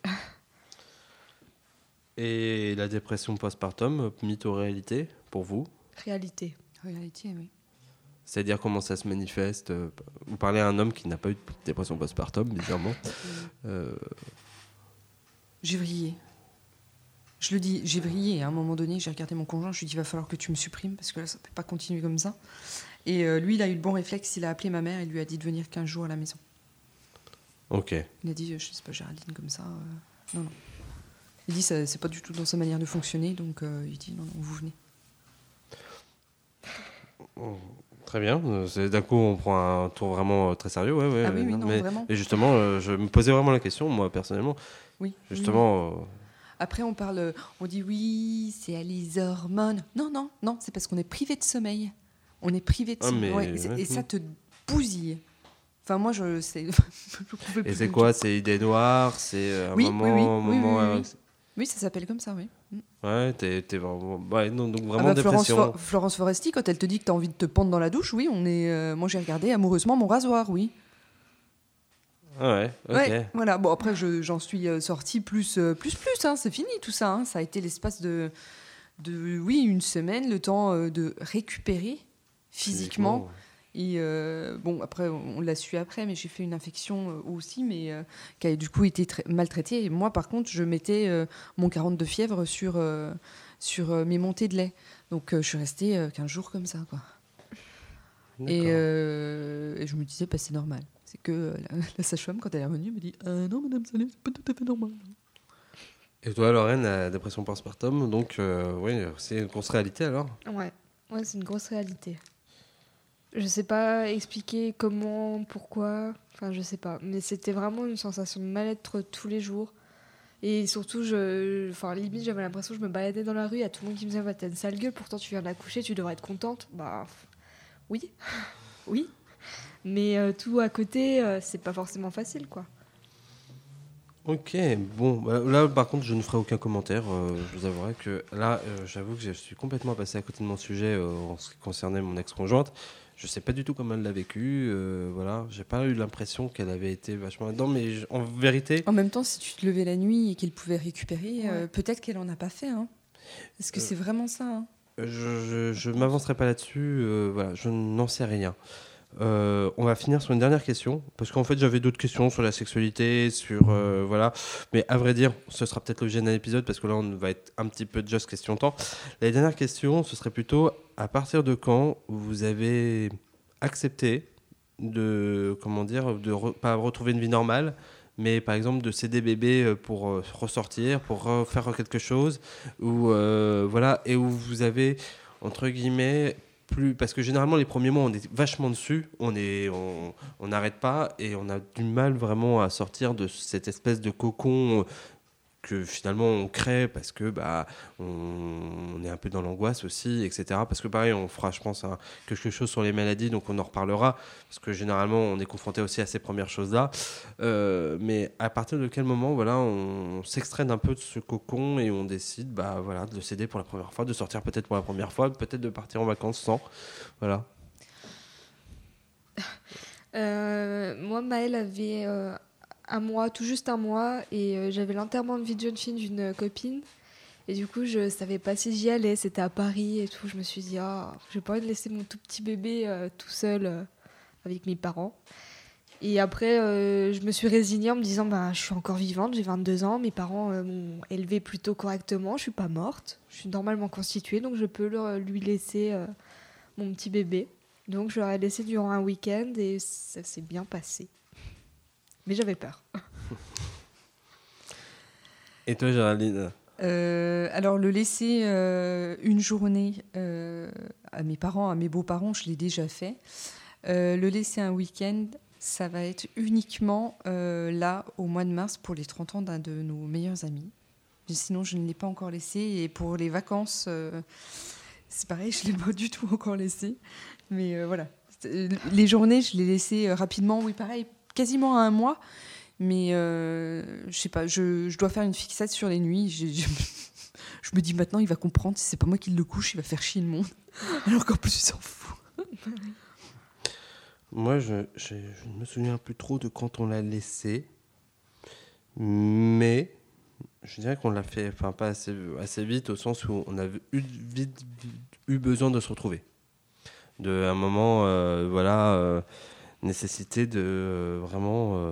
Et la dépression postpartum, mythe ou réalité pour vous? Réalité, oui. C'est-à-dire comment ça se manifeste? Vous parlez à un homme qui n'a pas eu de dépression postpartum, bizarrement. J'ai vrillé. Je le dis, j'ai vrillé. À un moment donné, j'ai regardé mon conjoint, je lui ai dit, il va falloir que tu me supprimes, parce que là, ça ne peut pas continuer comme ça. Et lui, il a eu le bon réflexe, il a appelé ma mère et lui a dit de venir 15 jours à la maison. Ok. Il a dit, je sais pas, Géraldine, comme ça. Non. Il dit, c'est pas du tout dans sa manière de fonctionner, donc il dit, non, vous venez. Très bien. D'un coup, on prend un tour vraiment très sérieux. Ouais, ah oui, non, vraiment. Et justement, je me posais vraiment la question, moi, personnellement. Oui. Justement... Oui. Après, on dit, oui, c'est les hormones. Non, c'est parce qu'on est privé de sommeil. On est privé de sommeil. Et ça te bousille. Enfin, moi, je pouvais plus. Et c'est quoi? C'est Idée Noire? C'est un moment. Oui, ça s'appelle comme ça, oui. Ouais, t'es vraiment. Ouais, non, donc vraiment dépression. Florence Foresti, quand elle te dit que t'as envie de te pendre dans la douche, oui, moi j'ai regardé amoureusement mon rasoir, oui. Ouais, ok. Ouais, voilà. Bon, après, j'en suis sortie plus, hein, c'est fini tout ça. Hein. Ça a été l'espace de une semaine, le temps de récupérer physiquement. Et bon, après, on l'a su après, mais j'ai fait une infection aussi, mais qui a du coup été maltraitée. Et moi, par contre, je mettais mon 42 fièvre sur mes montées de lait. Donc, je suis restée 15 jours comme ça, quoi. Et je me disais, bah, c'est normal. C'est que la sage-femme, quand elle est revenue, me dit non, madame Salé, c'est pas tout à fait normal. Et toi, Lorraine, la dépression postpartum, donc oui, c'est une grosse réalité alors? Ouais, c'est une grosse réalité. Je sais pas expliquer comment, pourquoi, enfin je sais pas, mais c'était vraiment une sensation de mal-être tous les jours. Et surtout, limite, j'avais l'impression que je me baladais dans la rue, il y a tout le monde qui me disait bah, t'as une sale gueule, pourtant tu viens d'accoucher, tu devrais être contente. Bah oui, oui, mais tout à côté, c'est pas forcément facile, quoi. Ok, bon, bah, là par contre je ne ferai aucun commentaire, je vous avouerai que là j'avoue que je suis complètement passé à côté de mon sujet en ce qui concernait mon ex-conjointe. Je sais pas du tout comment elle l'a vécu, voilà, j'ai pas eu l'impression qu'elle avait été vachement là-dedans, mais en vérité... En même temps, si tu te levais la nuit et qu'elle pouvait récupérer, peut-être qu'elle en a pas fait, hein. Est-ce que c'est vraiment ça, hein? Je m'avancerai pas là-dessus, voilà, je n'en sais rien. On va finir sur une dernière question parce qu'en fait j'avais d'autres questions sur la sexualité, sur voilà, mais à vrai dire ce sera peut-être l'objet d'un épisode parce que là on va être un petit peu just question temps. La dernière question, ce serait plutôt à partir de quand vous avez accepté de pas retrouver une vie normale, mais par exemple de céder bébé pour ressortir, pour refaire quelque chose, ou voilà, et où vous avez entre guillemets parce que généralement les premiers mois on est vachement dessus, on n'arrête pas et on a du mal vraiment à sortir de cette espèce de cocon que finalement on crée parce que on est un peu dans l'angoisse aussi, etc. Parce que pareil, on fera je pense quelque chose sur les maladies, donc on en reparlera parce que généralement on est confronté aussi à ces premières choses là, mais à partir de quel moment voilà, on s'extrait un peu de ce cocon et on décide voilà, de le céder pour la première fois, de sortir peut-être pour la première fois, peut-être de partir en vacances sans, voilà. Moi, Maëlle avait tout juste un mois, et j'avais l'enterrement de vie de jeune fille d'une copine. Et du coup, je savais pas si j'y allais, c'était à Paris et tout. Je me suis dit, j'ai pas envie de laisser mon tout petit bébé tout seul avec mes parents. Et après, je me suis résignée en me disant, je suis encore vivante, j'ai 22 ans, mes parents m'ont élevée plutôt correctement, je suis pas morte, je suis normalement constituée, donc je peux lui laisser mon petit bébé. Donc je leur ai laissé durant un week-end et ça s'est bien passé. Mais j'avais peur. Et toi, Géraldine? Alors, le laisser une journée à mes parents, à mes beaux-parents, je l'ai déjà fait. Le laisser un week-end, ça va être uniquement là, au mois de mars, pour les 30 ans d'un de nos meilleurs amis. Sinon, je ne l'ai pas encore laissé. Et pour les vacances, c'est pareil, je ne l'ai pas du tout encore laissé. Mais voilà. Les journées, je l'ai laissé rapidement, oui, pareil, quasiment à un mois. Mais je sais pas, je dois faire une fixette sur les nuits. Je me dis maintenant, il va comprendre, si c'est pas moi qui le couche, il va faire chier le monde. Alors qu'en plus, il s'en fout. Moi, je ne me souviens plus trop de quand on l'a laissé. Mais je dirais qu'on l'a fait, enfin pas assez vite, au sens où on a eu besoin de se retrouver. De un moment, nécessité de vraiment...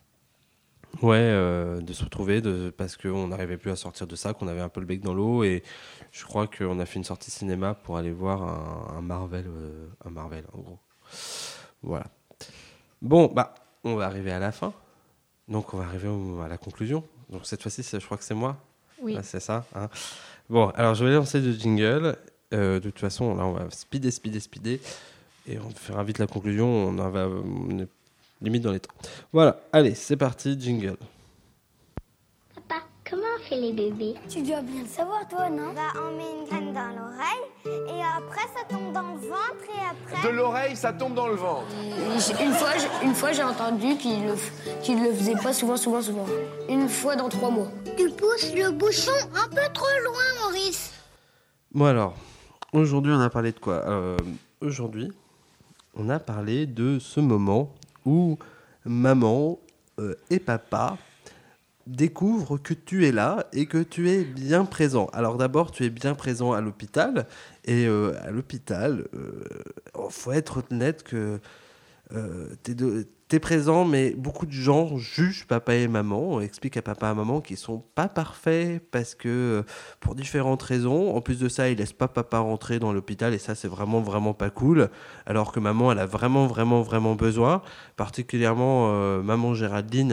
de se retrouver parce qu'on n'arrivait plus à sortir de ça, qu'on avait un peu le bec dans l'eau, et je crois qu'on a fait une sortie cinéma pour aller voir un Marvel en gros. Voilà. Bon, on va arriver à la fin, donc on va arriver à la conclusion. Donc cette fois-ci, je crois que c'est moi. Oui. C'est ça, hein. Bon, alors je vais lancer le jingle. De toute façon, là on va speeder, et on fera vite la conclusion. On est limite dans les temps. Voilà, allez, c'est parti, jingle. Papa, comment on fait chez les bébés? Tu dois bien le savoir, toi, non? Bah, on met une graine dans l'oreille, et après, ça tombe dans le ventre, et après... De l'oreille, ça tombe dans le ventre. Une fois, j'ai entendu qu'il le faisait pas souvent. Une fois dans 3 mois. Tu pousses le bouchon un peu trop loin, Maurice. Bon alors, aujourd'hui on a parlé de quoi ? Aujourd'hui, on a parlé de ce moment où maman et papa découvrent que tu es là et que tu es bien présent. Alors d'abord, tu es bien présent à l'hôpital. Et à l'hôpital, faut être honnête que t'es présent, mais beaucoup de gens jugent papa et maman, expliquent à papa et maman qu'ils sont pas parfaits parce que pour différentes raisons. En plus de ça, ils laissent pas papa rentrer dans l'hôpital et ça, c'est vraiment, vraiment pas cool. Alors que maman, elle a vraiment, vraiment, vraiment besoin. Particulièrement maman Géraldine.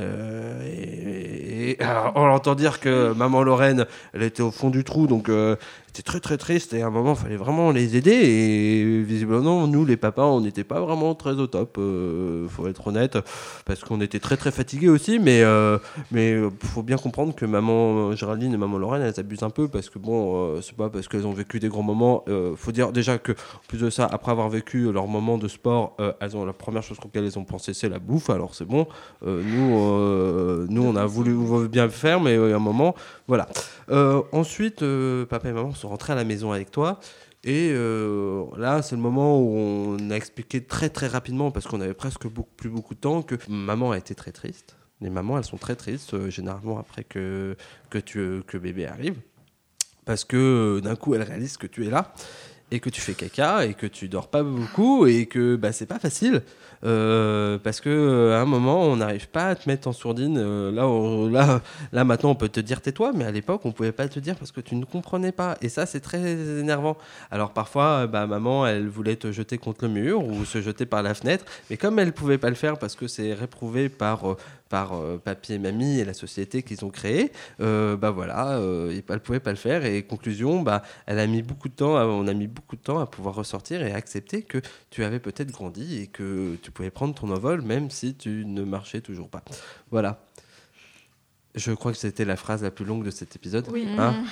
On entend dire que maman Lorraine, elle était au fond du trou, donc c'était très, très triste. Et à un moment, il fallait vraiment les aider. Et visiblement, nous, les papas, on n'était pas vraiment très au top. Faut être honnête, parce qu'on était très très fatigués aussi, mais faut bien comprendre que maman Géraldine et maman Lorraine, elles abusent un peu, parce que bon, c'est pas parce qu'elles ont vécu des grands moments. Faut dire déjà que, en plus de ça, après avoir vécu leur moment de sport, elles ont la première chose auquel elles ont pensé, c'est la bouffe. Alors c'est bon, nous on a voulu bien le faire, mais à un moment, voilà. Ensuite, papa et maman sont rentrés à la maison avec toi. Et là, c'est le moment où on a expliqué très très rapidement, parce qu'on avait presque plus beaucoup de temps, que maman a été très triste. Les mamans, elles sont très tristes, généralement après que bébé arrive. Parce que d'un coup, elles réalisent que tu es là, et que tu fais caca, et que tu dors pas beaucoup, et que c'est pas facile. Parce que à un moment on n'arrive pas à te mettre en sourdine. Là maintenant on peut te dire tais-toi, mais à l'époque on pouvait pas te dire parce que tu ne comprenais pas, et ça c'est très énervant. Alors parfois maman elle voulait te jeter contre le mur ou se jeter par la fenêtre, mais comme elle pouvait pas le faire parce que c'est réprouvé par papy et mamie et la société qu'ils ont créée, voilà, elle pouvait pas le faire, et conclusion, on a mis beaucoup de temps à pouvoir ressortir et à accepter que tu avais peut-être grandi et que tu pouvais prendre ton envol même si tu ne marchais toujours pas. Voilà. Je crois que c'était la phrase la plus longue de cet épisode. Oui. Hein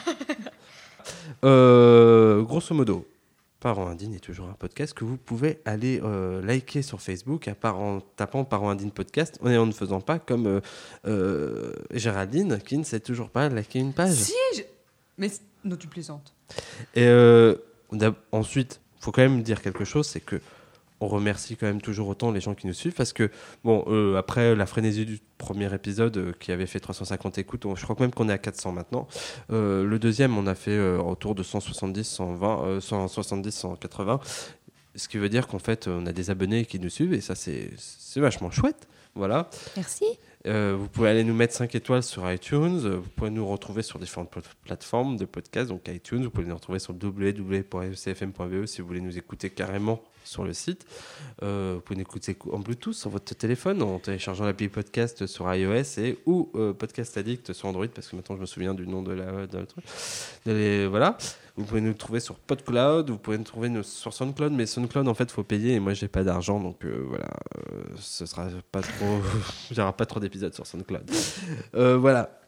grosso modo, Parents Indignes est toujours un podcast que vous pouvez aller liker sur Facebook en tapant Parents Indignes podcast, et en ne faisant pas comme Géraldine qui ne sait toujours pas liker une page. Si, mais non, tu plaisantes. Et ensuite, il faut quand même dire quelque chose, c'est que on remercie quand même toujours autant les gens qui nous suivent, parce que après la frénésie du premier épisode qui avait fait 350 écoutes, je crois même qu'on est à 400 maintenant. Le deuxième, on a fait autour de 170, 120, 170, 180, ce qui veut dire qu'en fait on a des abonnés qui nous suivent, et ça c'est vachement chouette. Voilà. Merci. Vous pouvez aller nous mettre 5 étoiles sur iTunes. Vous pouvez nous retrouver sur différentes plateformes de podcasts, donc iTunes. Vous pouvez nous retrouver sur www.cfm.be si vous voulez nous écouter carrément sur le site. Vous pouvez nous écouter en Bluetooth sur votre téléphone en téléchargeant l'appli podcast sur iOS ou Podcast Addict sur Android, parce que maintenant je me souviens du nom de la truc. Voilà. Vous pouvez nous trouver sur PodCloud, vous pouvez nous trouver sur SoundCloud, mais SoundCloud en fait il faut payer, et moi j'ai pas d'argent, donc voilà, ce sera pas trop, il n'y aura pas trop d'épisodes sur SoundCloud. Voilà.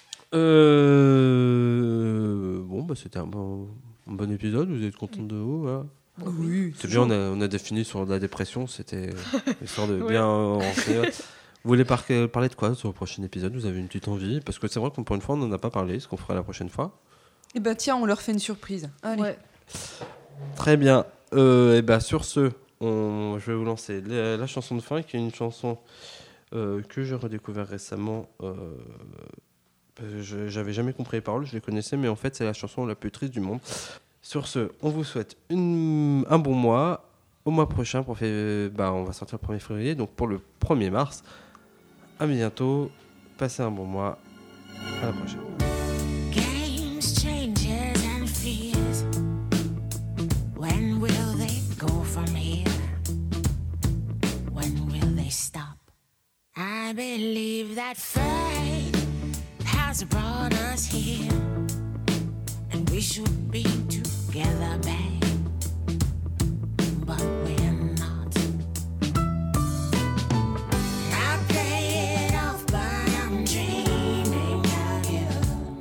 C'était un bon épisode, vous êtes contents de vous, voilà. Oui, c'est bien, on a défini sur la dépression, c'était histoire de bien renseigner. Vous voulez parler de quoi sur le prochain épisode? Vous avez une petite envie? Parce que c'est vrai que pour une fois on n'en a pas parlé, ce qu'on fera la prochaine fois. Et tiens, on leur fait une surprise. Allez. Ouais. Très bien. Sur ce, je vais vous lancer la chanson de fin, qui est une chanson que j'ai redécouvert récemment. J'avais jamais compris les paroles, je les connaissais, mais en fait c'est la chanson la plus triste du monde. Sur ce, on vous souhaite un bon mois. Au mois prochain, on va sortir le 1er février, donc pour le 1er mars. À bientôt. Passez un bon mois. À la prochaine. I believe that fate has brought us here, and we should be together, babe, but we're not. I play it off, but I'm dreaming of you.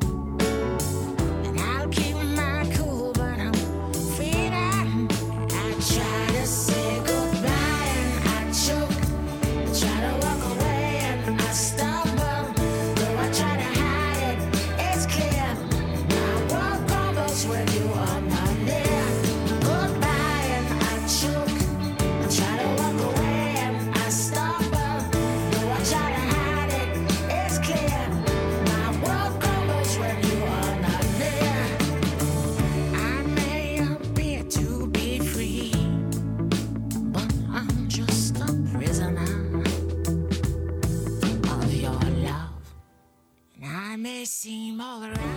seem all around.